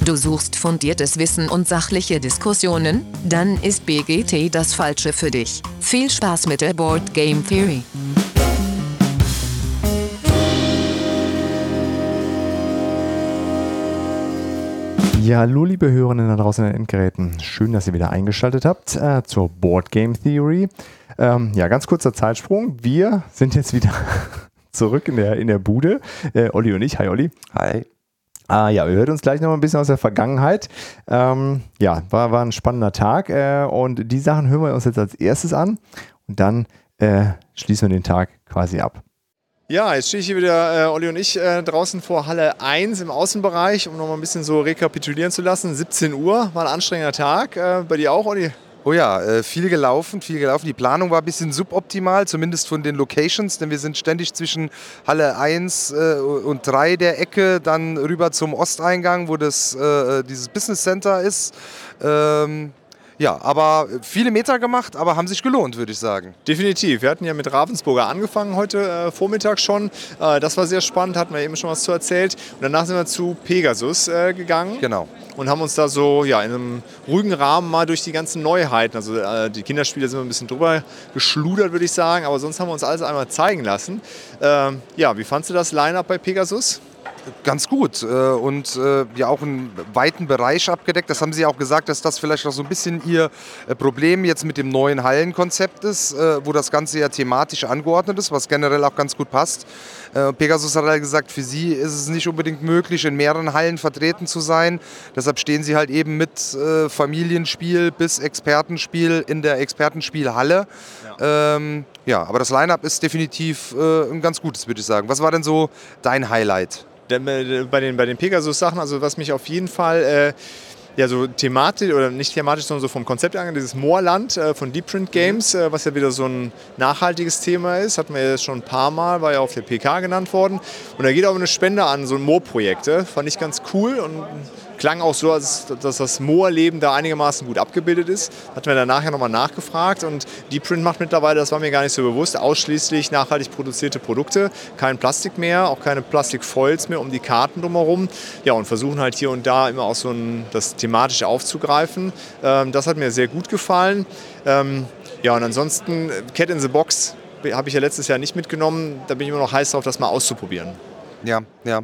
Du suchst fundiertes Wissen und sachliche Diskussionen? Dann ist BGT das Falsche für dich. Viel Spaß mit der Board Game Theory. Ja, hallo liebe Hörerinnen da draußen an den Endgeräten. Schön, dass ihr wieder eingeschaltet habt zur Board Game Theory. Ja, ganz kurzer Zeitsprung. Wir sind jetzt wieder zurück in der Bude. Olli und ich. Hi Olli. Hi. Ja, wir hören uns gleich noch ein bisschen aus der Vergangenheit. Ja, war ein spannender Tag und die Sachen hören wir uns jetzt als erstes an und dann schließen wir den Tag quasi ab. Ja, jetzt stehe ich hier wieder, Olli und ich, draußen vor Halle 1 im Außenbereich, um noch mal ein bisschen so rekapitulieren zu lassen. 17 Uhr, war ein anstrengender Tag. Bei dir auch, Olli? Oh ja, viel gelaufen. Die Planung war ein bisschen suboptimal, zumindest von den Locations, denn wir sind ständig zwischen Halle 1 und 3 der Ecke, dann rüber zum Osteingang, wo dieses Business Center ist. Ja, aber viele Meter gemacht, aber haben sich gelohnt, würde ich sagen. Definitiv. Wir hatten ja mit Ravensburger angefangen heute Vormittag schon. Das war sehr spannend, hatten wir eben schon was zu erzählt. Und danach sind wir zu Pegasus gegangen. Genau. Und haben uns da so in einem ruhigen Rahmen mal durch die ganzen Neuheiten, also die Kinderspiele sind wir ein bisschen drüber geschludert, würde ich sagen, aber sonst haben wir uns alles einmal zeigen lassen. Ja, wie fandst du das Line-Up bei Pegasus? Ganz gut und ja auch einen weiten Bereich abgedeckt. Das haben Sie auch gesagt, dass das vielleicht auch so ein bisschen Ihr Problem jetzt mit dem neuen Hallenkonzept ist, wo das Ganze ja thematisch angeordnet ist, was generell auch ganz gut passt. Pegasus hat halt gesagt, für Sie ist es nicht unbedingt möglich, in mehreren Hallen vertreten zu sein. Deshalb stehen Sie halt eben mit Familienspiel bis Expertenspiel in der Expertenspielhalle. Ja, aber das Line-Up ist definitiv ein ganz gutes, würde ich sagen. Was war denn so dein Highlight? Bei den Pegasus-Sachen, also was mich auf jeden Fall ja, so thematisch, oder nicht thematisch, sondern so vom Konzept angeht, dieses Moorland von Deep Print Games, was ja wieder so ein nachhaltiges Thema ist, hatten wir jetzt schon ein paar Mal, war ja auf der PK genannt worden. Und da geht auch eine Spende an so ein Moorprojekt. Fand ich ganz cool und klang auch so, dass das Moorleben da einigermaßen gut abgebildet ist. Hatten wir dann nachher nochmal nachgefragt und Deep Print macht mittlerweile, das war mir gar nicht so bewusst, ausschließlich nachhaltig produzierte Produkte. Kein Plastik mehr, auch keine Plastikfoils mehr um die Karten drumherum. Ja, und versuchen halt hier und da immer auch so das thematisch aufzugreifen. Das hat mir sehr gut gefallen. Ja, und ansonsten Cat in the Box habe ich ja letztes Jahr nicht mitgenommen. Da bin ich immer noch heiß drauf, das mal auszuprobieren. Ja.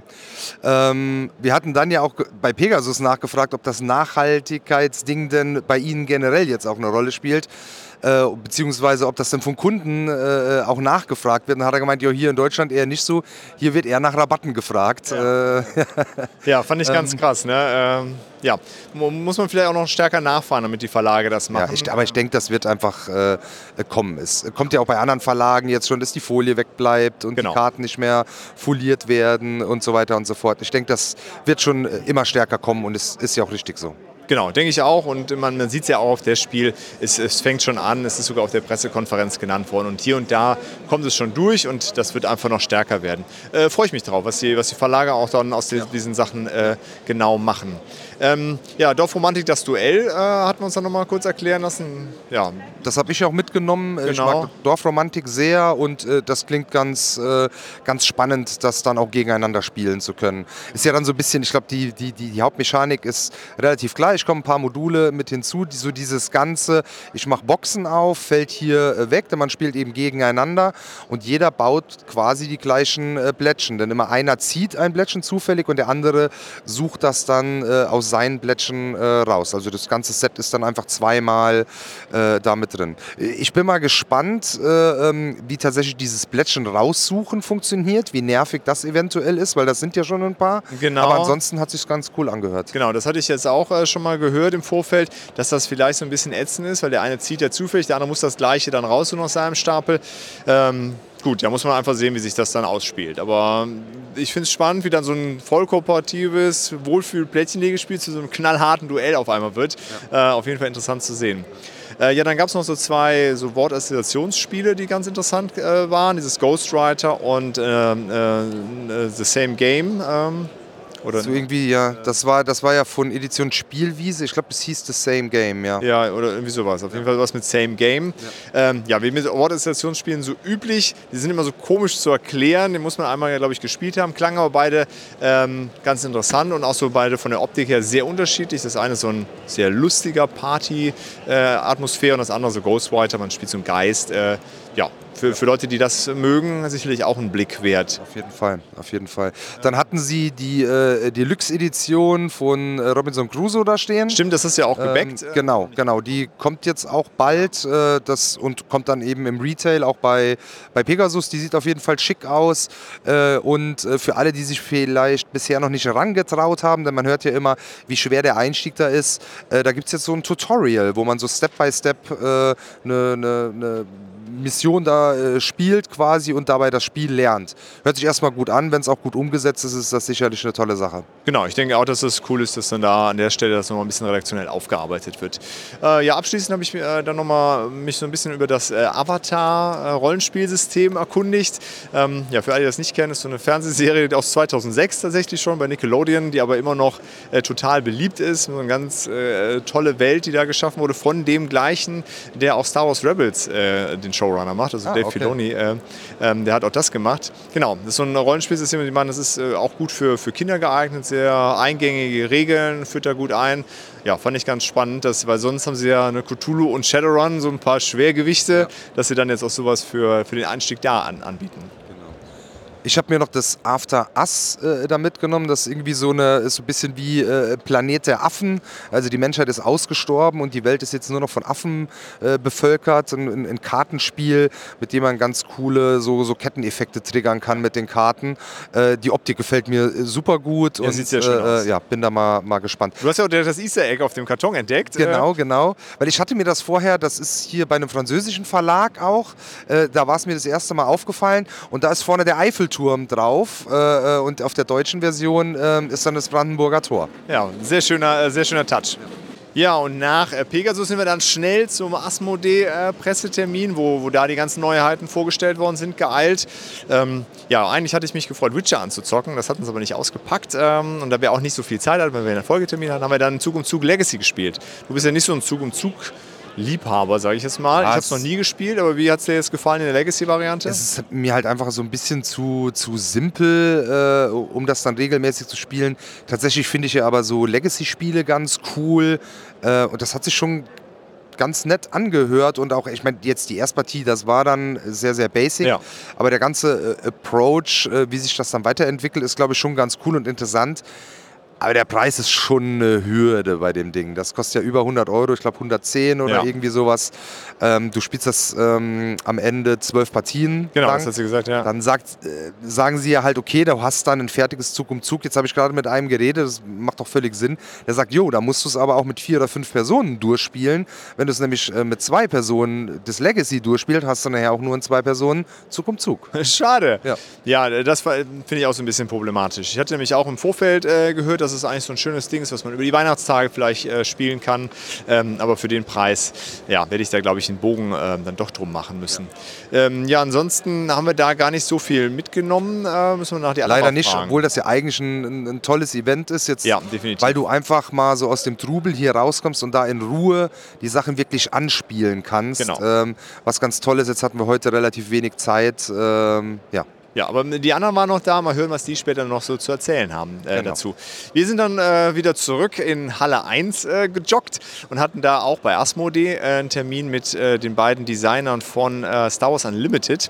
Wir hatten dann ja auch bei Pegasus nachgefragt, ob das Nachhaltigkeitsding denn bei Ihnen generell jetzt auch eine Rolle spielt. Beziehungsweise ob das denn von Kunden auch nachgefragt wird. Dann hat er gemeint, ja, hier in Deutschland eher nicht so. Hier wird eher nach Rabatten gefragt. Ja, ja, fand ich ganz krass. Ne? Ja, muss man vielleicht auch noch stärker nachfahren, damit die Verlage das machen. Ja, aber ich denke, das wird einfach kommen. Es kommt ja auch bei anderen Verlagen jetzt schon, dass die Folie wegbleibt und die Karten nicht mehr foliert werden und so weiter und so fort. Ich denke, das wird schon immer stärker kommen und es ist ja auch richtig so. Genau, denke ich auch. Und man sieht es ja auch auf das Spiel, es fängt schon an, es ist sogar auf der Pressekonferenz genannt worden. Und hier und da kommt es schon durch und das wird einfach noch stärker werden. Freue ich mich drauf, was die Verlage auch dann aus diesen Sachen genau machen. Ja, Dorfromantik, das Duell hatten wir uns dann noch mal kurz erklären lassen. Ja. Das habe ich auch mitgenommen. Genau. Ich mag Dorfromantik sehr und das klingt ganz spannend, das dann auch gegeneinander spielen zu können. Ist ja dann so ein bisschen, ich glaube, die Hauptmechanik ist relativ gleich. Kommen ein paar Module mit hinzu, so dieses Ganze, ich mache Boxen auf, fällt hier weg, denn man spielt eben gegeneinander und jeder baut quasi die gleichen Blättchen. Denn immer einer zieht ein Blättchen zufällig und der andere sucht das dann aus seinen Blättchen raus. Also das ganze Set ist dann einfach zweimal da mit drin. Ich bin mal gespannt, wie tatsächlich dieses Blättchen raussuchen funktioniert, wie nervig das eventuell ist, weil das sind ja schon ein paar. Genau. Aber ansonsten hat es sich ganz cool angehört. Genau, das hatte ich jetzt auch schon mal gehört im Vorfeld, dass das vielleicht so ein bisschen ätzend ist, weil der eine zieht ja zufällig, der andere muss das Gleiche dann raussuchen aus seinem Stapel. Gut, da muss man einfach sehen, wie sich das dann ausspielt. Aber ich finde es spannend, wie dann so ein voll kooperatives Wohlfühl-Plättchenlegespiel zu so einem knallharten Duell auf einmal wird. Ja. Auf jeden Fall interessant zu sehen. Ja, dann gab es noch so zwei Wortassoziationsspiele, die ganz interessant waren. Dieses Ghostwriter und The Same Game. Oder so irgendwie, ja. Das war ja von Edition Spielwiese. Ich glaube, es hieß The Same Game, ja. Ja, oder irgendwie sowas. Auf jeden Fall was mit Same Game. Ja, wie mit Award-Installationsspielen so üblich. Die sind immer so komisch zu erklären. Die muss man einmal, glaube ich, gespielt haben. Klangen aber beide ganz interessant und auch so beide von der Optik her sehr unterschiedlich. Das eine ist so ein sehr lustiger Party-Atmosphäre und das andere so Ghostwriter. Man spielt so einen Geist. Ja, für Leute, die das mögen, sicherlich auch ein Blick wert. Auf jeden Fall, auf jeden Fall. Dann hatten sie die Deluxe-Edition von Robinson Crusoe da stehen. Stimmt, das ist ja auch gebackt. Genau. Die kommt jetzt auch bald und kommt dann eben im Retail, auch bei Pegasus. Die sieht auf jeden Fall schick aus. Und für alle, die sich vielleicht bisher noch nicht herangetraut haben, denn man hört ja immer, wie schwer der Einstieg da ist, da gibt es jetzt so ein Tutorial, wo man so Step by Step eine Mission da spielt quasi und dabei das Spiel lernt. Hört sich erstmal gut an, wenn es auch gut umgesetzt ist, ist das sicherlich eine tolle Sache. Genau, ich denke auch, dass es cool ist, dass dann da an der Stelle das nochmal ein bisschen redaktionell aufgearbeitet wird. Ja, abschließend habe ich dann nochmal mich so ein bisschen über das Avatar-Rollenspielsystem erkundigt. Ja, für alle, die das nicht kennen, ist so eine Fernsehserie aus 2006 tatsächlich schon bei Nickelodeon, die aber immer noch total beliebt ist. So eine ganz tolle Welt, die da geschaffen wurde von dem gleichen, der auch Star Wars Rebels den Showrunner macht, also Dave Filoni, der hat auch das gemacht. Genau, das ist so ein Rollenspielsystem, ich meine, das ist auch gut für Kinder geeignet, sehr eingängige Regeln, führt da gut ein. Ja, fand ich ganz spannend, weil sonst haben sie ja eine Cthulhu und Shadowrun, so ein paar Schwergewichte, dass sie dann jetzt auch sowas für den Einstieg da anbieten. Ich habe mir noch das After Us da mitgenommen. Das ist irgendwie ist so ein bisschen wie Planet der Affen. Also die Menschheit ist ausgestorben und die Welt ist jetzt nur noch von Affen bevölkert. Ein Kartenspiel, mit dem man ganz coole so Ketteneffekte triggern kann mit den Karten. Die Optik gefällt mir super gut. Ja, und sieht sehr schön aus. Ja, bin da mal gespannt. Du hast ja auch das Easter Egg auf dem Karton entdeckt. Genau. Weil ich hatte mir das vorher, das ist hier bei einem französischen Verlag auch, da war es mir das erste Mal aufgefallen und da ist vorne der Eiffelturm drauf und auf der deutschen Version ist dann das Brandenburger Tor. Ja, sehr schöner Touch. Ja, und nach Pegasus sind wir dann schnell zum Asmodee-Pressetermin, wo da die ganzen Neuheiten vorgestellt worden sind, geeilt. Ja, eigentlich hatte ich mich gefreut, Witcher anzuzocken, das hat uns aber nicht ausgepackt. Und da wir auch nicht so viel Zeit hatten, weil wir einen Folgetermin hatten, haben wir dann Zug um Zug Legacy gespielt. Du bist ja nicht so ein Zug um Zug Liebhaber, sage ich jetzt mal. Ich habe es noch nie gespielt, aber wie hat es dir jetzt gefallen in der Legacy-Variante? Es ist mir halt einfach so ein bisschen zu simpel, um das dann regelmäßig zu spielen. Tatsächlich finde ich ja aber so Legacy-Spiele ganz cool und das hat sich schon ganz nett angehört und auch, ich meine, jetzt die Erstpartie, das war dann sehr, sehr basic, ja. Aber der ganze Approach, wie sich das dann weiterentwickelt, ist, glaube ich, schon ganz cool und interessant. Aber der Preis ist schon eine Hürde bei dem Ding. Das kostet ja über 100 €, ich glaube 110 oder irgendwie sowas. Du spielst das am Ende 12 Partien Genau, lang. das hat sie gesagt, ja. Dann sagen sie ja halt, okay, du hast dann ein fertiges Zug um Zug. Jetzt habe ich gerade mit einem geredet, das macht doch völlig Sinn. Der sagt, jo, da musst du es aber auch mit 4 oder 5 Personen durchspielen. Wenn du es nämlich mit 2 Personen das Legacy durchspielst, hast du nachher auch nur in 2 Personen Zug um Zug. Schade. Ja, das finde ich auch so ein bisschen problematisch. Ich hatte nämlich auch im Vorfeld gehört, dass es eigentlich so ein schönes Ding ist, was man über die Weihnachtstage vielleicht spielen kann. Aber für den Preis werde ich da, glaube ich, den Bogen dann doch drum machen müssen. Ja, ansonsten haben wir da gar nicht so viel mitgenommen. Müssen wir nach die Leider nicht, fragen. Obwohl das ja eigentlich ein tolles Event ist. Jetzt, ja, definitiv. Weil du einfach mal so aus dem Trubel hier rauskommst und da in Ruhe die Sachen wirklich anspielen kannst. Genau. Was ganz toll ist, jetzt hatten wir heute relativ wenig Zeit. Ja, aber die anderen waren noch da. Mal hören, was die später noch so zu erzählen haben dazu. Wir sind dann wieder zurück in Halle 1 gejoggt und hatten da auch bei Asmodee einen Termin mit den beiden Designern von Star Wars Unlimited.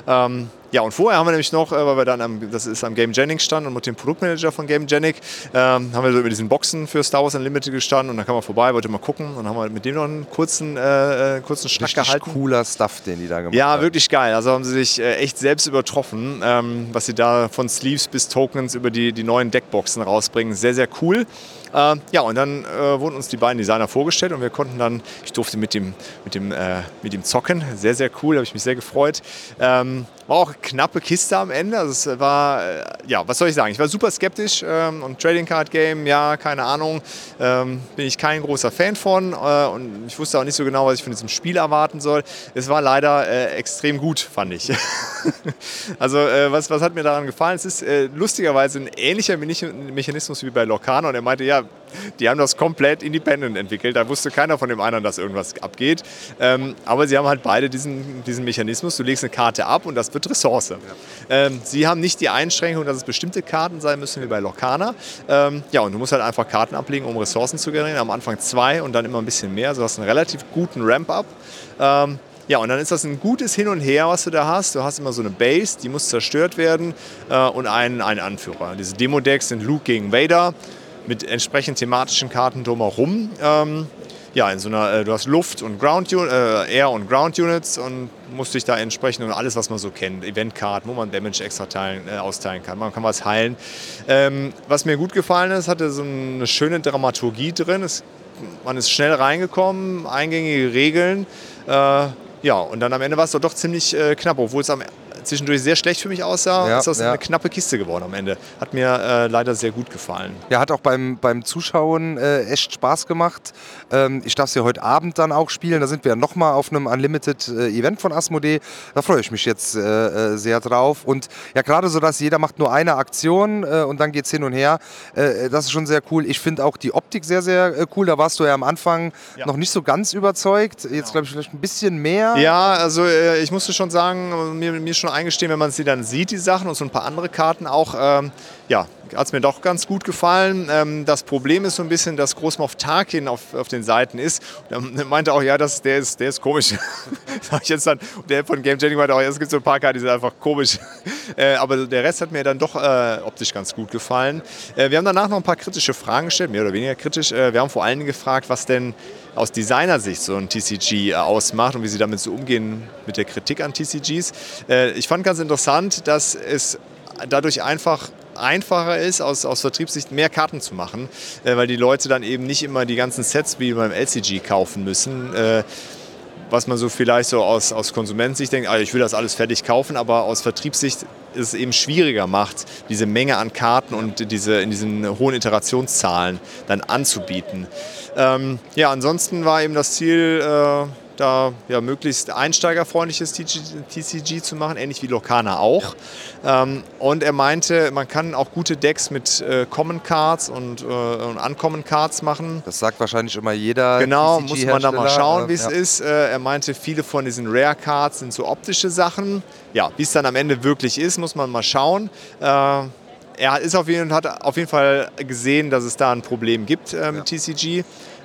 Ja, und vorher haben wir nämlich noch, weil wir dann am Game Genic standen und mit dem Produktmanager von Game Genic, haben wir so über diesen Boxen für Star Wars Unlimited gestanden und dann kam er vorbei, wollte mal gucken und dann haben wir mit dem noch einen kurzen Schnack gehalten. Cooler Stuff, den die da gemacht haben. Ja, wirklich geil. Also haben sie sich echt selbst übertroffen, was sie da von Sleeves bis Tokens über die neuen Deckboxen rausbringen. Sehr, sehr cool. Ja, und dann wurden uns die beiden Designer vorgestellt und wir konnten dann, ich durfte mit dem zocken, sehr, sehr cool, habe ich mich sehr gefreut. War auch eine knappe Kiste am Ende, also es war, ja, was soll ich sagen, ich war super skeptisch und Trading Card Game, ja, keine Ahnung, bin ich kein großer Fan von und ich wusste auch nicht so genau, was ich von diesem Spiel erwarten soll. Es war leider extrem gut, fand ich. Also was hat mir daran gefallen? Es ist lustigerweise ein ähnlicher Mechanismus wie bei Lorcana und er meinte, ja, die haben das komplett independent entwickelt. Da wusste keiner von dem anderen, dass irgendwas abgeht. Aber sie haben halt beide diesen Mechanismus. Du legst eine Karte ab und das wird Ressource. Ja. Sie haben nicht die Einschränkung, dass es bestimmte Karten sein müssen wie bei Lorcana. Ja, und du musst halt einfach Karten ablegen, um Ressourcen zu generieren. Am Anfang 2 und dann immer ein bisschen mehr. Also du hast einen relativ guten Ramp-up. Ja, und dann ist das ein gutes Hin und Her, was du da hast. Du hast immer so eine Base, die muss zerstört werden und einen Anführer. Diese Demo-Decks sind Luke gegen Vader mit entsprechend thematischen Karten drumherum. Ja, in so einer, du hast Luft und Air und Ground Units und musst dich da entsprechend und alles, was man so kennt, Eventkarten, wo man Damage extra austeilen kann. Man kann was heilen. Was mir gut gefallen ist, hatte so eine schöne Dramaturgie drin. Man ist schnell reingekommen, eingängige Regeln. Ja, und dann am Ende war es doch ziemlich knapp, obwohl es zwischendurch sehr schlecht für mich aussah, ist das eine knappe Kiste geworden am Ende. Hat mir leider sehr gut gefallen. Ja, hat auch beim Zuschauen echt Spaß gemacht. Ich darf es ja heute Abend dann auch spielen. Da sind wir ja nochmal auf einem Unlimited Event von Asmodee. Da freue ich mich jetzt sehr drauf. Und ja, gerade so, dass jeder macht nur eine Aktion und dann geht es hin und her. Das ist schon sehr cool. Ich finde auch die Optik sehr, sehr cool. Da warst du ja am Anfang noch nicht so ganz überzeugt. Jetzt glaube ich vielleicht ein bisschen mehr. Ja, also ich musste schon sagen, mir schon eingestehen, wenn man sie dann sieht, die Sachen und so ein paar andere Karten auch, ja, hat es mir doch ganz gut gefallen. Das Problem ist so ein bisschen, dass Großmoff Tarkin auf den Seiten ist. Er meinte auch, ja, der ist komisch. Sag ich jetzt dann. Der von Game Changing meinte auch, ja, es gibt so ein paar Karten, die sind einfach komisch. Aber der Rest hat mir dann doch optisch ganz gut gefallen. Wir haben danach noch ein paar kritische Fragen gestellt, mehr oder weniger kritisch. Wir haben vor allen Dingen gefragt, was denn aus Designersicht so ein TCG ausmacht und wie sie damit so umgehen mit der Kritik an TCGs. Ich fand ganz interessant, dass es dadurch einfacher ist, aus Vertriebssicht mehr Karten zu machen, weil die Leute dann eben nicht immer die ganzen Sets wie beim LCG kaufen müssen, was man so vielleicht so aus Konsumentensicht denkt, ich will das alles fertig kaufen, aber aus Vertriebssicht es eben schwieriger macht, diese Menge an Karten und in diesen hohen Iterationszahlen dann anzubieten. Ja, ansonsten war eben das Ziel, da ja, möglichst einsteigerfreundliches TCG zu machen, ähnlich wie Lorcana auch. Und er meinte, man kann auch gute Decks mit Common Cards und Uncommon Cards machen. Das sagt wahrscheinlich immer jeder. Genau, muss man da mal schauen, wie es ist. Er meinte, viele von diesen Rare Cards sind so optische Sachen. Ja, wie es dann am Ende wirklich ist, muss man mal schauen. Er hat auf jeden Fall gesehen, dass es da ein Problem gibt mit TCG.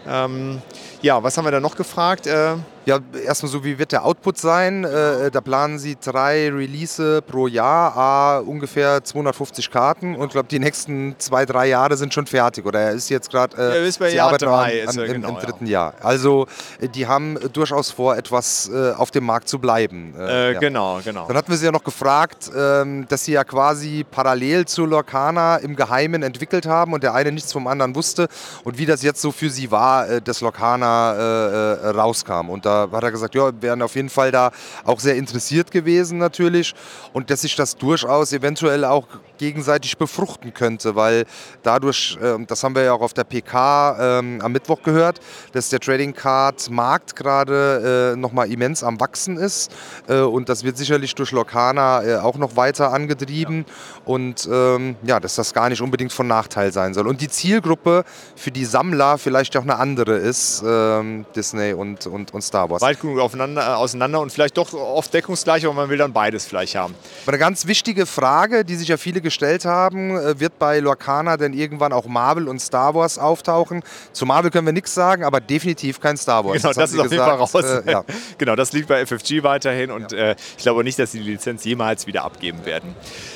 Ja, was haben wir da noch gefragt? Ja, erstmal so, wie wird der Output sein? Da planen sie 3 Release pro Jahr, ungefähr 250 Karten und ich glaube, die nächsten 2-3 Jahre sind schon fertig. Oder er ist jetzt gerade bei Jahr 3 im dritten Jahr. Also die haben durchaus vor, etwas auf dem Markt zu bleiben. Genau. Dann hatten wir sie ja noch gefragt, dass sie ja quasi parallel zu Lorcana im Geheimen entwickelt haben und der eine nichts vom anderen wusste und wie das jetzt so für sie war, dass Lorcana rauskam. Und da hat er gesagt, ja, wären auf jeden Fall da auch sehr interessiert gewesen natürlich und dass sich das durchaus eventuell auch gegenseitig befruchten könnte, weil dadurch, das haben wir ja auch auf der PK am Mittwoch gehört, dass der Trading Card Markt gerade nochmal immens am Wachsen ist und das wird sicherlich durch Lorcana auch noch weiter angetrieben und ja, dass das gar nicht unbedingt von Nachteil sein soll. Und die Zielgruppe für die Sammler vielleicht auch eine andere ist, Disney und Star Wars. Weit genug auseinander und vielleicht doch oft deckungsgleich, aber man will dann beides vielleicht haben. Aber eine ganz wichtige Frage, die sich ja viele gestellt haben, wird bei Lorcana denn irgendwann auch Marvel und Star Wars auftauchen? Zu Marvel können wir nichts sagen, aber definitiv kein Star Wars. Genau, das ist auf jeden Fall raus. Ja. Genau, das liegt bei FFG weiterhin und ich glaube nicht, dass sie die Lizenz jemals wieder abgeben werden.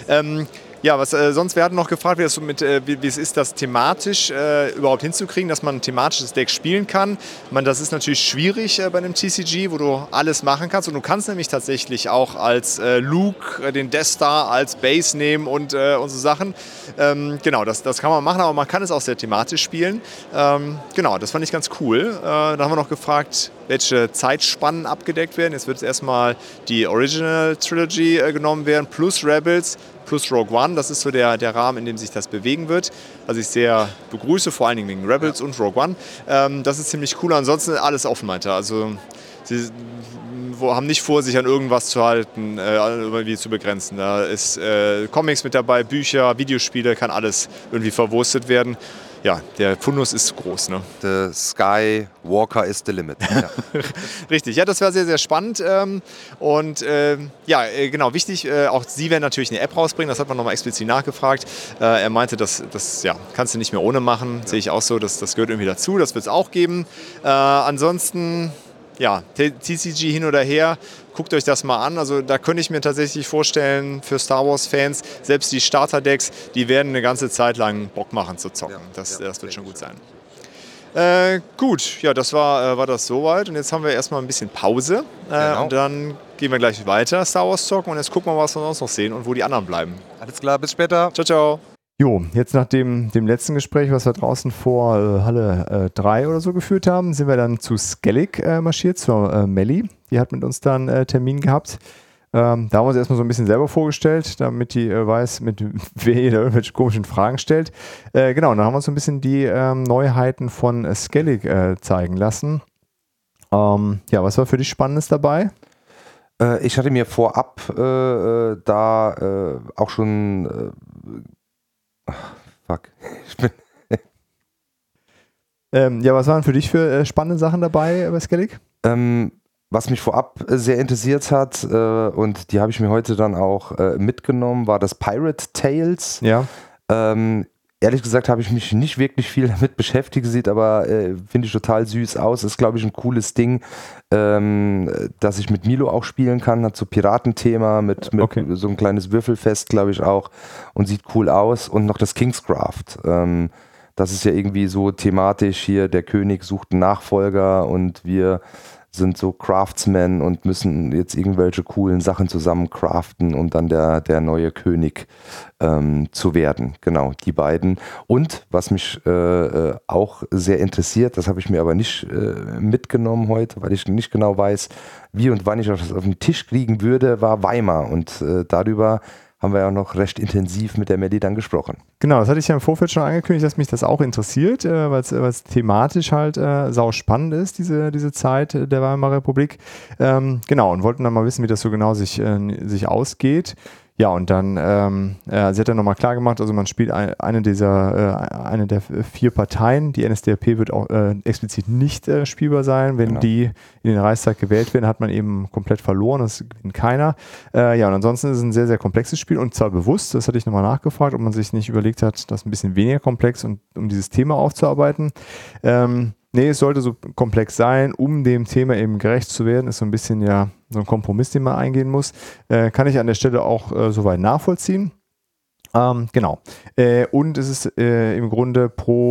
Ja, sonst, wir hatten noch gefragt, wie es ist, das thematisch überhaupt hinzukriegen, dass man ein thematisches Deck spielen kann. Das ist natürlich schwierig bei einem TCG, wo du alles machen kannst. Und du kannst nämlich tatsächlich auch als Luke den Death Star als Base nehmen und so Sachen. Genau, das kann man machen, aber man kann es auch sehr thematisch spielen. Genau, das fand ich ganz cool. Da haben wir noch gefragt, welche Zeitspannen abgedeckt werden. Jetzt wird erstmal die Original Trilogy genommen werden, plus Rebels, plus Rogue One. Das ist so der Rahmen, in dem sich das bewegen wird. Also ich sehr begrüße, vor allen Dingen wegen Rebels und Rogue One. Das ist ziemlich cool. Ansonsten alles offen, meinte er. Also sie haben nicht vor, sich an irgendwas zu halten, irgendwie zu begrenzen. Da ist Comics mit dabei, Bücher, Videospiele, kann alles irgendwie verwurstet werden. Ja, der Fundus ist groß. Ne? The Sky Walker is the limit. Ja. Richtig, ja, das war sehr, sehr spannend. Genau, wichtig, auch Sie werden natürlich eine App rausbringen, das hat man nochmal explizit nachgefragt. Er meinte, das kannst du nicht mehr ohne machen, sehe ich auch so, das gehört irgendwie dazu, das wird es auch geben. Ansonsten, ja, TCG hin oder her, guckt euch das mal an. Also da könnte ich mir tatsächlich vorstellen, für Star Wars-Fans, selbst die Starter-Decks, die werden eine ganze Zeit lang Bock machen zu zocken. Das wird schon gut sein. Gut, ja, das war das soweit. Und jetzt haben wir erstmal ein bisschen Pause. Genau. Und dann gehen wir gleich weiter Star Wars zocken. Und jetzt gucken wir, was wir sonst noch sehen und wo die anderen bleiben. Alles klar, bis später. Ciao, ciao. Jo, jetzt nach dem letzten Gespräch, was wir draußen vor Halle 3 oder so geführt haben, sind wir dann zu Skellig marschiert, zur Melli. Die hat mit uns dann Termin gehabt. Da haben wir uns erstmal so ein bisschen selber vorgestellt, damit die weiß, mit wer ihr da irgendwelche komischen Fragen stellt. Genau, und dann haben wir uns so ein bisschen die Neuheiten von Skellig zeigen lassen. Ja, was war für dich Spannendes dabei? Ich hatte mir vorab auch schon ja, was waren für dich für spannende Sachen dabei bei Skellig? Was mich vorab sehr interessiert hat, und die habe ich mir heute dann auch mitgenommen, war das Pirate Tales. Ja. Ehrlich gesagt habe ich mich nicht wirklich viel damit beschäftigt, sieht aber, finde ich, total süß aus. Ist, glaube ich, ein cooles Ding, das ich mit Milo auch spielen kann. Hat so Piratenthema mit so ein kleines Würfelfest, glaube ich, auch. Und sieht cool aus. Und noch das Kingscraft. Das ist ja irgendwie so thematisch hier, der König sucht einen Nachfolger und wir sind so Craftsmen und müssen jetzt irgendwelche coolen Sachen zusammen craften, um dann der neue König zu werden. Genau, die beiden. Und was mich auch sehr interessiert, das habe ich mir aber nicht mitgenommen heute, weil ich nicht genau weiß, wie und wann ich das auf den Tisch kriegen würde, war Weimar. Und darüber haben wir ja auch noch recht intensiv mit der Melli dann gesprochen. Genau, das hatte ich ja im Vorfeld schon angekündigt, dass mich das auch interessiert, weil es thematisch halt sau spannend ist, diese Zeit der Weimarer Republik. Genau, und wollten dann mal wissen, wie das so genau sich ausgeht. Ja, und dann, sie hat dann nochmal klar gemacht, also man spielt eine der 4 Parteien. Die NSDAP wird auch explizit nicht spielbar sein. Wenn die in den Reichstag gewählt werden, hat man eben komplett verloren. Das gewinnt keiner. Ja, und ansonsten ist es ein sehr, sehr komplexes Spiel und zwar bewusst, das hatte ich nochmal nachgefragt, ob man sich nicht überlegt hat, das ein bisschen weniger komplex und um dieses Thema aufzuarbeiten. Nee, es sollte so komplex sein, um dem Thema eben gerecht zu werden. Ist so ein bisschen ja so ein Kompromiss, den man eingehen muss. Kann ich an der Stelle auch soweit nachvollziehen. Genau. Und es ist im Grunde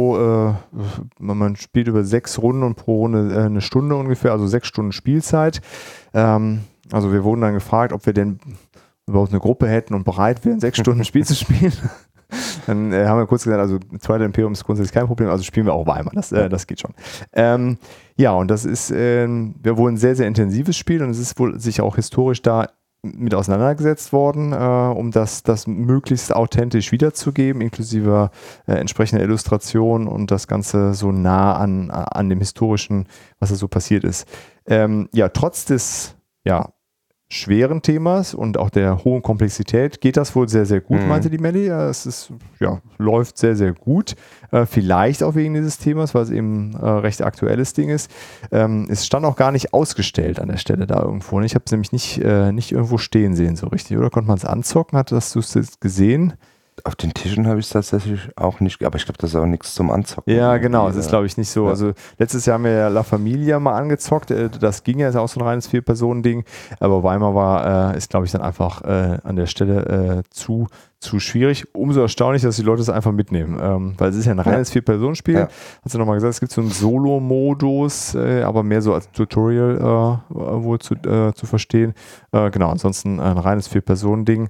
man spielt über 6 Runden und pro Runde eine Stunde ungefähr, also 6 Stunden Spielzeit. Also wir wurden dann gefragt, ob wir denn überhaupt eine Gruppe hätten und bereit wären, 6 Stunden Spiel zu spielen. Dann haben wir kurz gesagt, also Zweite Imperium ist grundsätzlich kein Problem, also spielen wir auch Weimar, das geht schon. Ja, und das ist wohl ein sehr, sehr intensives Spiel und es ist wohl sich auch historisch da mit auseinandergesetzt worden, um das möglichst authentisch wiederzugeben, inklusive entsprechender Illustration und das Ganze so nah an dem Historischen, was da so passiert ist. Ja, trotz des, schweren Themas und auch der hohen Komplexität geht das wohl sehr, sehr gut, meinte die Melli. Es läuft sehr, sehr gut. Vielleicht auch wegen dieses Themas, weil es eben recht aktuelles Ding ist. Es stand auch gar nicht ausgestellt an der Stelle da irgendwo. Ich habe es nämlich nicht irgendwo stehen sehen so richtig. Oder konnte man es anzocken? Hattest du es gesehen? Auf den Tischen habe ich es tatsächlich auch nicht, aber ich glaube, das ist auch nichts zum Anzocken. Ja, genau, das ist, glaube ich, nicht so. Ja. Also letztes Jahr haben wir ja La Familia mal angezockt, das ging ja, ist auch so ein reines 4-Personen-Ding, aber Weimar ist, glaube ich, dann einfach an der Stelle zu schwierig. Umso erstaunlich, dass die Leute es einfach mitnehmen, weil es ist ja ein reines 4-Personen-Spiel. Ja. Hast du nochmal gesagt, es gibt so einen Solo-Modus, aber mehr so als Tutorial wohl zu verstehen. Genau, ansonsten ein reines 4-Personen-Ding.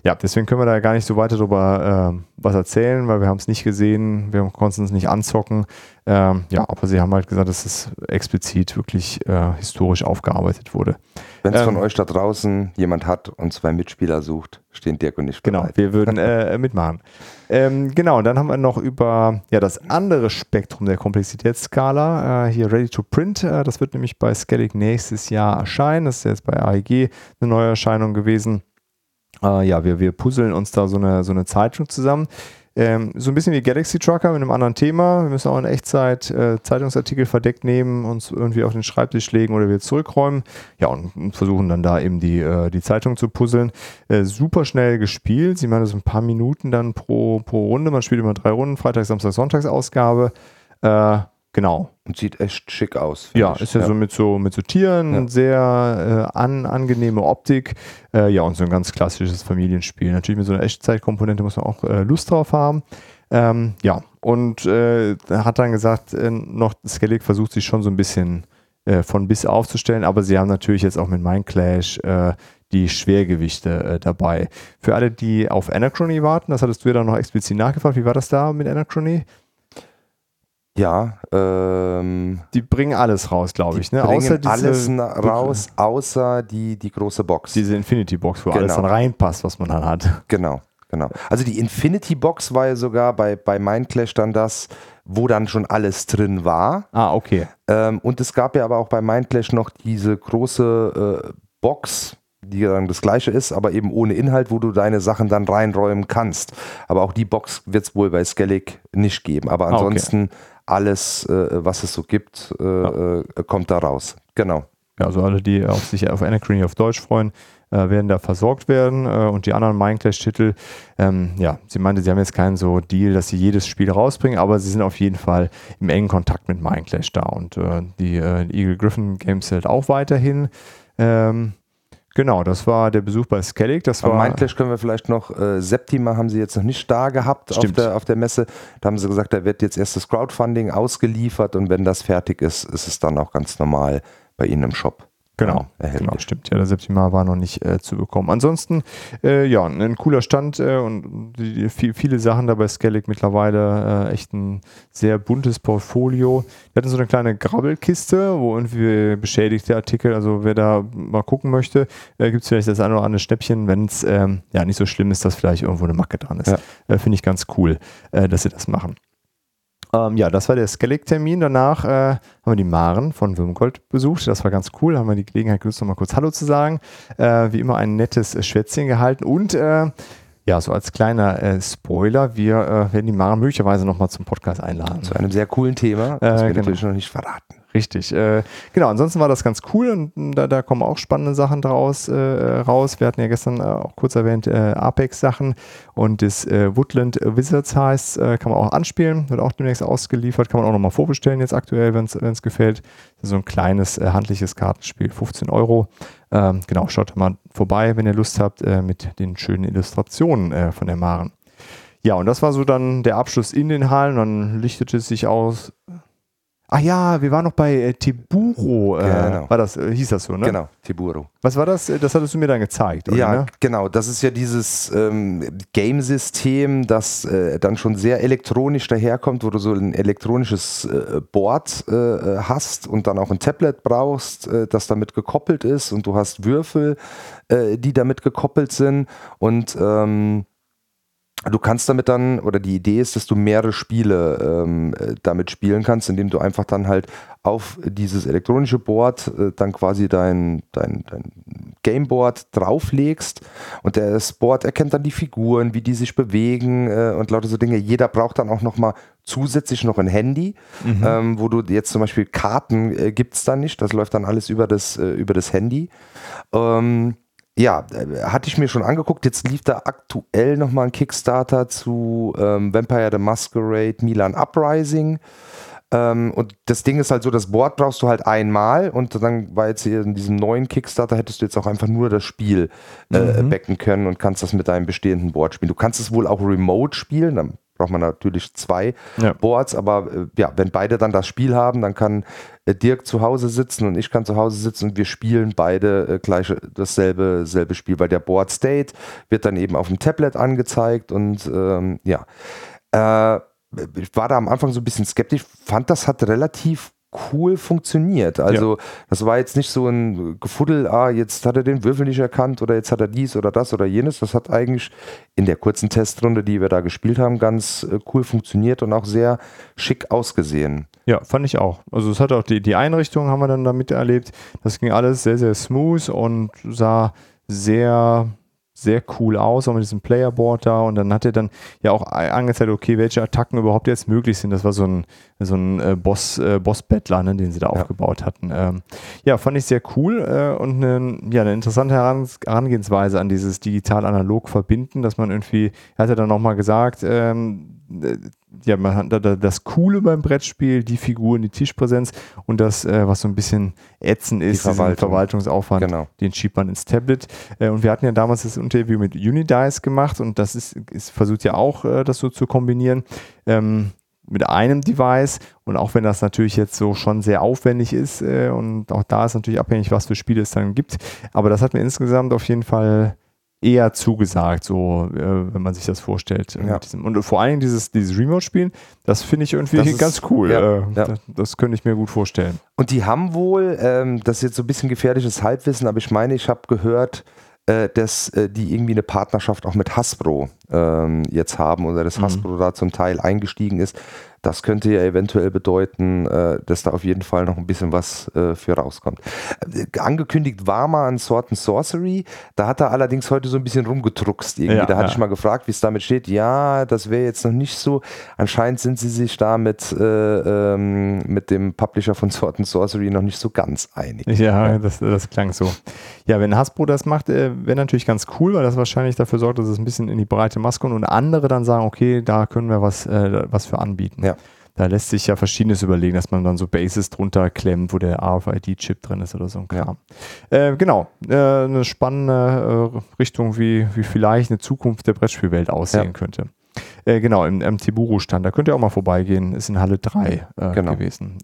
Ja, deswegen können wir da gar nicht so weiter drüber was erzählen, weil wir haben es nicht gesehen, wir konnten es nicht anzocken. Ja, aber sie haben halt gesagt, dass es explizit wirklich historisch aufgearbeitet wurde. Wenn es von euch da draußen jemand hat und 2 Mitspieler sucht, stehen Dirk und ich bereit. Genau, wir würden mitmachen. Genau, und dann haben wir noch über das andere Spektrum der Komplexitätsskala, hier Ready to Print, das wird nämlich bei Skellig nächstes Jahr erscheinen, das ist jetzt bei AEG eine neue Erscheinung gewesen. Wir puzzeln uns da so eine Zeitung zusammen. So ein bisschen wie Galaxy Trucker mit einem anderen Thema. Wir müssen auch in Echtzeit Zeitungsartikel verdeckt nehmen, uns irgendwie auf den Schreibtisch legen oder wieder zurückräumen. Ja, und versuchen dann da eben die Zeitung zu puzzeln. Super schnell gespielt. Sie machen das ein paar Minuten dann pro Runde. Man spielt immer 3 Runden, Freitags, Samstags, Sonntagsausgabe. Genau. Und sieht echt schick aus. Ja, ist ja so mit so Tieren, sehr angenehme Optik. Und so ein ganz klassisches Familienspiel. Natürlich mit so einer Echtzeitkomponente muss man auch Lust drauf haben. Und hat dann gesagt, noch Skellig versucht sich schon so ein bisschen von bis aufzustellen, aber sie haben natürlich jetzt auch mit Mindclash die Schwergewichte dabei. Für alle, die auf Anachrony warten, das hattest du ja dann noch explizit nachgefragt, wie war das da mit Anachrony? Ja, die bringen alles raus, glaube ich. Ne? Außer alles raus, außer die große Box. Diese Infinity Box, wo alles dann reinpasst, was man dann hat. Genau. Also die Infinity Box war ja sogar bei Mindclash dann das, wo dann schon alles drin war. Ah, okay. Und es gab ja aber auch bei Mindclash noch diese große Box, die dann das gleiche ist, aber eben ohne Inhalt, wo du deine Sachen dann reinräumen kannst. Aber auch die Box wird es wohl bei Skellig nicht geben. Aber ansonsten alles, was es so gibt, kommt da raus. Genau. Ja, also alle, die sich auf Anachrony auf Deutsch freuen, werden da versorgt werden. Und die anderen Mindclash-Titel, sie meinte, sie haben jetzt keinen so Deal, dass sie jedes Spiel rausbringen, aber sie sind auf jeden Fall im engen Kontakt mit Mindclash da. Und die Eagle Gryphon Games halt auch weiterhin. Genau, das war der Besuch bei Skellig. Mindclash können wir vielleicht noch, Septima haben sie jetzt noch nicht da gehabt auf der Messe. Da haben sie gesagt, da wird jetzt erst das Crowdfunding ausgeliefert und wenn das fertig ist, ist es dann auch ganz normal bei ihnen im Shop. Genau, stimmt. Ja, der Septima war noch nicht zu bekommen. Ansonsten, ein cooler Stand und viele Sachen da bei Skellig mittlerweile. Echt ein sehr buntes Portfolio. Wir hatten so eine kleine Grabbelkiste, wo irgendwie beschädigte Artikel, also wer da mal gucken möchte, gibt es vielleicht das eine oder andere Schnäppchen, wenn es nicht so schlimm ist, dass vielleicht irgendwo eine Macke dran ist. Ja. Finde ich ganz cool, dass sie das machen. Das war der Skellig-Termin. Danach haben wir die Maren von Würmgold besucht. Das war ganz cool. Haben wir die Gelegenheit genutzt, noch mal kurz Hallo zu sagen. Wie immer ein nettes Schwätzchen gehalten. Und so als kleiner Spoiler, wir werden die Maren möglicherweise noch mal zum Podcast einladen. Zu einem sehr coolen Thema, das wir natürlich noch nicht verraten. Richtig. Ansonsten war das ganz cool und da kommen auch spannende Sachen raus. Wir hatten ja gestern auch kurz erwähnt, Apex-Sachen und das Woodland Wizards heißt, kann man auch anspielen, wird auch demnächst ausgeliefert, kann man auch nochmal vorbestellen jetzt aktuell, wenn es gefällt. Das ist so ein kleines, handliches Kartenspiel, 15 €. Schaut mal vorbei, wenn ihr Lust habt, mit den schönen Illustrationen von der Maren. Ja, und das war so dann der Abschluss in den Hallen, dann lichtete es sich aus. Ah ja, wir waren noch bei Tiburo, hieß das so, ne? Genau, Tiburo. Was war das? Das hattest du mir dann gezeigt, oder? Ja, ne? Genau. Das ist ja dieses Game-System, das dann schon sehr elektronisch daherkommt, wo du so ein elektronisches Board hast und dann auch ein Tablet brauchst, das damit gekoppelt ist und du hast Würfel, die damit gekoppelt sind und du kannst damit dann, oder die Idee ist, dass du mehrere Spiele damit spielen kannst, indem du einfach dann halt auf dieses elektronische Board dann quasi dein Gameboard drauflegst und das Board erkennt dann die Figuren, wie die sich bewegen und lauter so Dinge. Jeder braucht dann auch nochmal zusätzlich noch ein Handy, wo du jetzt zum Beispiel Karten gibt es dann nicht, das läuft dann alles über das Handy. Hatte ich mir schon angeguckt. Jetzt lief da aktuell nochmal ein Kickstarter zu Vampire the Masquerade Milan Uprising. Und das Ding ist halt so, das Board brauchst du halt einmal und dann war jetzt hier in diesem neuen Kickstarter hättest du jetzt auch einfach nur das Spiel backen können und kannst das mit deinem bestehenden Board spielen. Du kannst es wohl auch remote spielen, dann braucht man natürlich 2 Boards, aber wenn beide dann das Spiel haben, dann kann Dirk zu Hause sitzen und ich kann zu Hause sitzen und wir spielen beide dasselbe Spiel, weil der Board State wird dann eben auf dem Tablet angezeigt und ich war da am Anfang so ein bisschen skeptisch, fand das hat relativ cool funktioniert. Also das war jetzt nicht so ein Gefuddel, jetzt hat er den Würfel nicht erkannt oder jetzt hat er dies oder das oder jenes. Das hat eigentlich in der kurzen Testrunde, die wir da gespielt haben, ganz cool funktioniert und auch sehr schick ausgesehen. Ja, fand ich auch. Also es hat auch die Einrichtung haben wir dann da miterlebt. Das ging alles sehr, sehr smooth und sah sehr cool aus, auch mit diesem Playerboard da, und dann hat er dann ja auch angezeigt, okay, welche Attacken überhaupt jetzt möglich sind. Das war so ein Boss-Battler, ne, den sie da aufgebaut hatten. Fand ich sehr cool und eine interessante Herangehensweise an dieses digital-analog verbinden, dass man irgendwie, er hat ja dann nochmal gesagt, man hat das Coole beim Brettspiel, die Figuren, die Tischpräsenz und das, was so ein bisschen ätzend ist, diesen Verwaltungsaufwand, den schiebt man ins Tablet. Und wir hatten ja damals das Interview mit Unidice gemacht und das ist versucht ja auch, das so zu kombinieren mit einem Device, und auch wenn das natürlich jetzt so schon sehr aufwendig ist und auch da ist natürlich abhängig, was für Spiele es dann gibt, aber das hat mir insgesamt auf jeden Fall eher zugesagt, so wenn man sich das vorstellt. Und vor allem dieses Remote-Spielen, das finde ich irgendwie ganz cool. Das könnte ich mir gut vorstellen. Und die haben wohl, das ist jetzt so ein bisschen gefährliches Halbwissen, aber ich meine, ich habe gehört, dass die irgendwie eine Partnerschaft auch mit Hasbro jetzt haben oder dass Hasbro da zum Teil eingestiegen ist. Das könnte ja eventuell bedeuten, dass da auf jeden Fall noch ein bisschen was für rauskommt. Angekündigt war mal ein Sword and Sorcery, da hat er allerdings heute so ein bisschen rumgedruckst irgendwie. Da hatte ich mal gefragt, wie es damit steht. Ja, das wäre jetzt noch nicht so. Anscheinend sind sie sich da mit dem Publisher von Sword and Sorcery noch nicht so ganz einig. Ja, das klang so. Ja, wenn Hasbro das macht, wäre natürlich ganz cool, weil das wahrscheinlich dafür sorgt, dass es ein bisschen in die breite Maske kommt und andere dann sagen, okay, da können wir was für anbieten. Ja. Da lässt sich ja Verschiedenes überlegen, dass man dann so Bases drunter klemmt, wo der RFID-Chip drin ist oder so ein Kram. Eine spannende Richtung, wie vielleicht eine Zukunft der Brettspielwelt aussehen könnte. Im Tiburu-Stand, da könnt ihr auch mal vorbeigehen, ist in Halle 3 gewesen.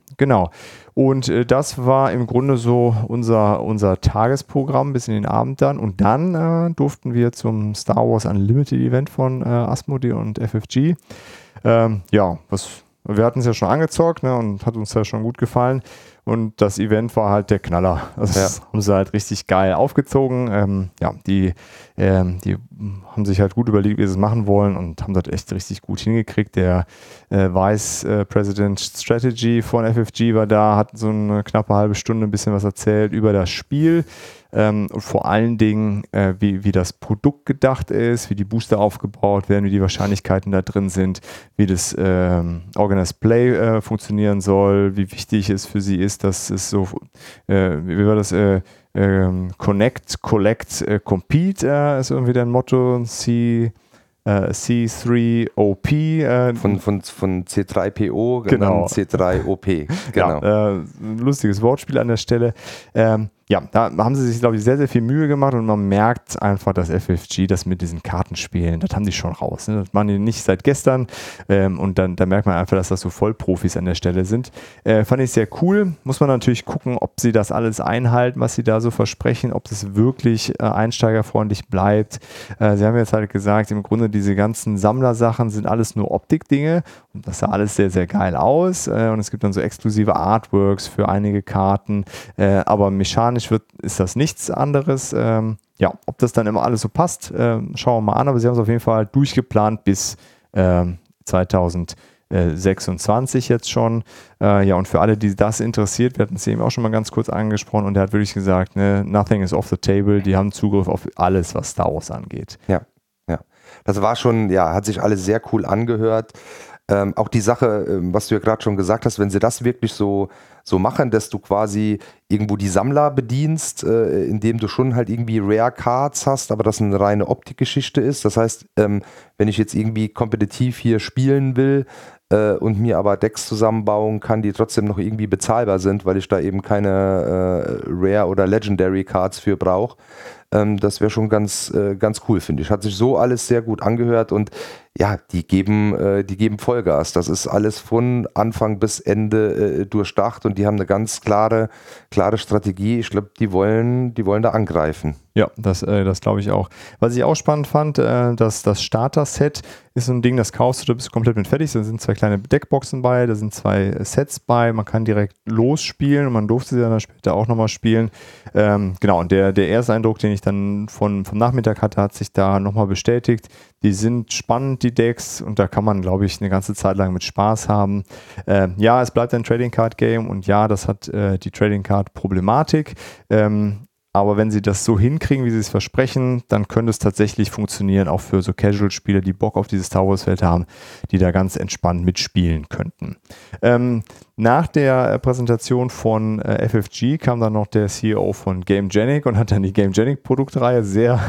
Und das war im Grunde so unser Tagesprogramm bis in den Abend dann, und dann durften wir zum Star Wars Unlimited Event von Asmodee und FFG. Wir hatten es ja schon angezockt, ne, und hat uns ja schon gut gefallen. Und das Event war halt der Knaller. Das haben sie halt richtig geil aufgezogen. Die haben sich halt gut überlegt, wie sie es machen wollen, und haben das echt richtig gut hingekriegt. Der Vice President Strategy von FFG war da, hat so eine knappe halbe Stunde ein bisschen was erzählt über das Spiel. Und vor allen Dingen, wie das Produkt gedacht ist, wie die Booster aufgebaut werden, wie die Wahrscheinlichkeiten da drin sind, wie das Organized Play funktionieren soll, wie wichtig es für sie ist, dass es so, wie war das, Connect, Collect, Compete ist irgendwie dein Motto, C3OP. Von C3PO, genau. C3OP. Genau. Ein lustiges Wortspiel an der Stelle. Da haben sie sich, glaube ich, sehr, sehr viel Mühe gemacht, und man merkt einfach, dass FFG das mit diesen Kartenspielen, das haben die schon raus. Ne? Das machen die nicht seit gestern, und da merkt man einfach, dass das so Vollprofis an der Stelle sind. Fand ich sehr cool. Muss man natürlich gucken, ob sie das alles einhalten, was sie da so versprechen, ob das wirklich einsteigerfreundlich bleibt. Sie haben jetzt halt gesagt, im Grunde diese ganzen Sammlersachen sind alles nur Optikdinge, und das sah alles sehr, sehr geil aus, und es gibt dann so exklusive Artworks für einige Karten, aber mechanisch ist das nichts anderes. Ob das dann immer alles so passt, schauen wir mal an, aber sie haben es auf jeden Fall durchgeplant bis 2026 jetzt schon. Und für alle, die das interessiert, wir hatten es eben auch schon mal ganz kurz angesprochen, und er hat wirklich gesagt, ne, nothing is off the table, die haben Zugriff auf alles, was Star Wars angeht. Ja. Das war schon, hat sich alles sehr cool angehört. Auch die Sache, was du ja gerade schon gesagt hast, wenn sie das wirklich so machen, dass du quasi irgendwo die Sammler bedienst, indem du schon halt irgendwie Rare Cards hast, aber das eine reine Optikgeschichte ist. Das heißt, wenn ich jetzt irgendwie kompetitiv hier spielen will und mir aber Decks zusammenbauen kann, die trotzdem noch irgendwie bezahlbar sind, weil ich da eben keine Rare oder Legendary Cards für brauche, Das wäre schon ganz cool, finde ich. Hat sich so alles sehr gut angehört und ja, die geben Vollgas. Das ist alles von Anfang bis Ende durchdacht und die haben eine ganz klare Strategie. Ich glaube, die wollen da angreifen. Ja, das glaube ich auch. Was ich auch spannend fand, dass das Starter-Set ist so ein Ding, das kaufst du, da bist du komplett mit fertig. Da sind 2 kleine Deckboxen bei, da sind 2 Sets bei, man kann direkt losspielen und man durfte sie dann später auch nochmal spielen. Genau, und der erste Eindruck, den ich dann vom Nachmittag hatte, hat sich da nochmal bestätigt. Die sind spannend, die Decks, und da kann man, glaube ich, eine ganze Zeit lang mit Spaß haben. Ja, es bleibt ein Trading Card Game und ja, das hat die Trading Card Problematik. Aber wenn sie das so hinkriegen, wie sie es versprechen, dann könnte es tatsächlich funktionieren, auch für so Casual-Spieler, die Bock auf dieses Star Wars-Feld haben, die da ganz entspannt mitspielen könnten. Nach der Präsentation von FFG kam dann noch der CEO von GameGenic und hat dann die GameGenic-Produktreihe sehr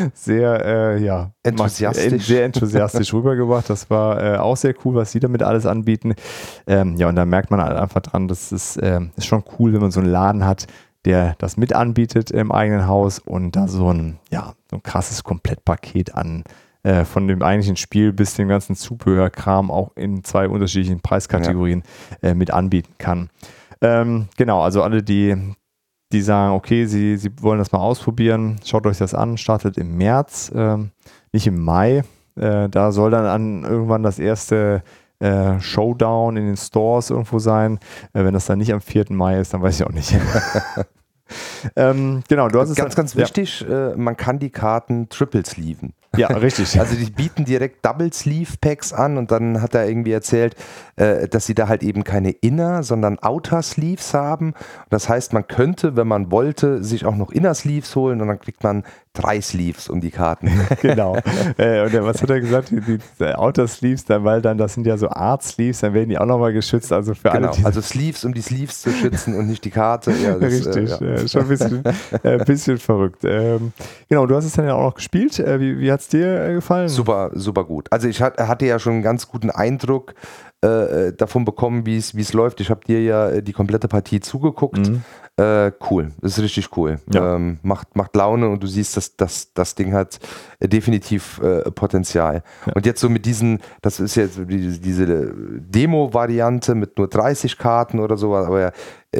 enthusiastisch rübergebracht. Das war auch sehr cool, was sie damit alles anbieten. Ja, und da merkt man halt einfach dran, das ist schon cool, wenn man so einen Laden hat, der das mit anbietet im eigenen Haus und da so ein krasses Komplettpaket an von dem eigentlichen Spiel bis dem ganzen Zubehörkram auch in 2 unterschiedlichen Preiskategorien mit anbieten kann. Genau, also alle, die sagen, okay, sie wollen das mal ausprobieren, schaut euch das an, startet im März, nicht im Mai. Da soll dann irgendwann das erste Showdown in den Stores irgendwo sein. Wenn das dann nicht am 4. Mai ist, dann weiß ich auch nicht. Genau, du hast es ganz wichtig, man kann die Karten Triple Sleeven. Ja, richtig. Also die bieten direkt Double Sleeve Packs an und dann hat er irgendwie erzählt, dass sie da halt eben keine Inner, sondern Outer Sleeves haben. Das heißt, man könnte, wenn man wollte, sich auch noch Inner Sleeves holen und dann kriegt man 3 Sleeves um die Karten. Genau. Und was hat er gesagt? Die Outer Sleeves, weil das sind ja so Art Sleeves, dann werden die auch nochmal geschützt. Also für alle. Also Sleeves, um die Sleeves zu schützen und nicht die Karte. Ja, richtig. Schon ein bisschen verrückt. Genau, du hast es dann ja auch noch gespielt. Wie hat es dir gefallen? Super, super gut. Also ich hatte ja schon einen ganz guten Eindruck davon bekommen, wie es läuft. Ich habe dir ja die komplette Partie zugeguckt. Cool, das ist richtig cool. Ja. Macht Laune und du siehst, dass das Ding hat definitiv Potenzial. Ja. Und jetzt so mit das ist jetzt diese Demo-Variante mit nur 30 Karten oder so, aber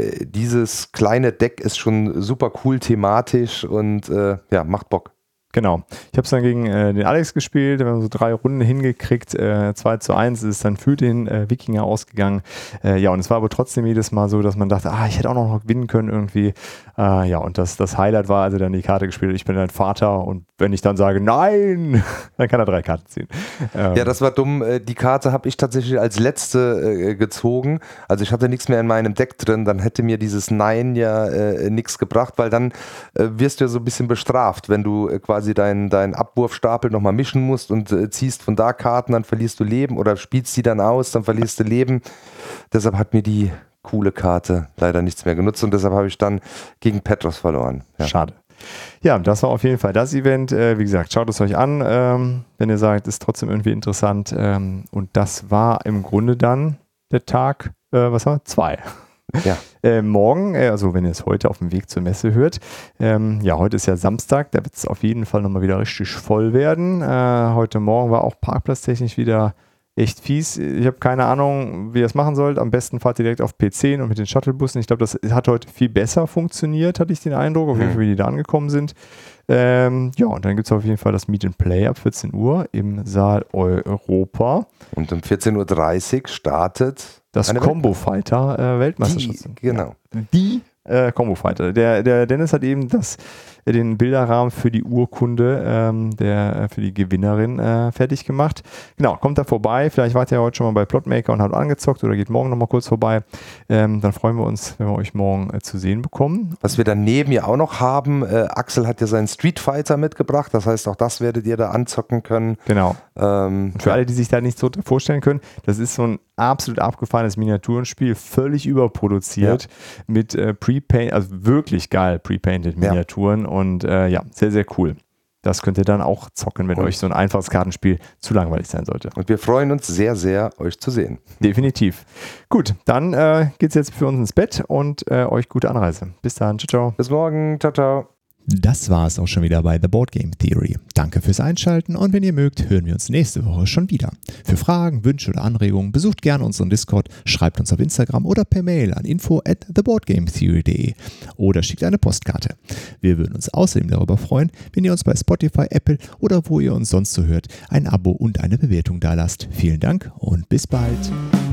dieses kleine Deck ist schon super cool thematisch und macht Bock. Genau. Ich habe es dann gegen den Alex gespielt, wir haben so 3 Runden hingekriegt, 2:1 ist es dann für den Wikinger ausgegangen. Ja, und es war aber trotzdem jedes Mal so, dass man dachte, ich hätte auch noch gewinnen können irgendwie. Ja, und das Highlight war, als er dann die Karte gespielt hat, ich bin dein Vater, und wenn ich dann sage, nein, dann kann er 3 Karten ziehen. Ja, das war dumm. Die Karte habe ich tatsächlich als letzte gezogen. Also ich hatte nichts mehr in meinem Deck drin, dann hätte mir dieses Nein ja nichts gebracht, weil dann wirst du ja so ein bisschen bestraft, wenn du quasi deinen Abwurfstapel nochmal mischen musst und ziehst von da Karten, dann verlierst du Leben oder spielst die dann aus, dann verlierst du Leben. Deshalb hat mir die coole Karte leider nichts mehr genutzt und deshalb habe ich dann gegen Petros verloren. Ja. Schade. Ja, das war auf jeden Fall das Event. Wie gesagt, schaut es euch an, wenn ihr sagt, ist trotzdem irgendwie interessant. Und das war im Grunde dann der Tag, 2. Ja. Morgen, also wenn ihr es heute auf dem Weg zur Messe hört, heute ist ja Samstag, da wird es auf jeden Fall nochmal wieder richtig voll werden. Heute Morgen war auch parkplatztechnisch wieder echt fies. Ich habe keine Ahnung, wie ihr es machen sollt. Am besten fahrt ihr direkt auf P10 und mit den Shuttlebussen. Ich glaube, das hat heute viel besser funktioniert, hatte ich den Eindruck, auf jeden Fall, wie die da angekommen sind. Und dann gibt es auf jeden Fall das Meet and Play ab 14 Uhr im Saal Europa. Und um 14:30 Uhr startet das Combo Fighter Weltmeisterschaft. Genau. Die Combo Fighter. Der Dennis hat eben den Bilderrahmen für die Urkunde für die Gewinnerin fertig gemacht. Genau, kommt da vorbei. Vielleicht wart ihr heute schon mal bei Plotmaker und habt angezockt oder geht morgen nochmal kurz vorbei. Dann freuen wir uns, wenn wir euch morgen zu sehen bekommen. Was wir daneben ja auch noch haben, Axel hat ja seinen Street Fighter mitgebracht. Das heißt, auch das werdet ihr da anzocken können. Genau. Für alle, die sich da nicht so vorstellen können, das ist so ein absolut abgefahrenes Miniaturenspiel, völlig überproduziert mit Pre-Paint, also wirklich geil Pre-Painted Miniaturen und sehr, sehr cool. Das könnt ihr dann auch zocken, wenn euch so ein einfaches Kartenspiel zu langweilig sein sollte. Und wir freuen uns sehr, sehr, euch zu sehen. Definitiv. Gut, dann geht's jetzt für uns ins Bett und euch gute Anreise. Bis dann. Ciao, ciao. Bis morgen. Ciao, ciao. Das war es auch schon wieder bei The Board Game Theory. Danke fürs Einschalten und wenn ihr mögt, hören wir uns nächste Woche schon wieder. Für Fragen, Wünsche oder Anregungen besucht gerne unseren Discord, schreibt uns auf Instagram oder per Mail an info@theboardgametheory.de oder schickt eine Postkarte. Wir würden uns außerdem darüber freuen, wenn ihr uns bei Spotify, Apple oder wo ihr uns sonst so hört, ein Abo und eine Bewertung dalasst. Vielen Dank und bis bald.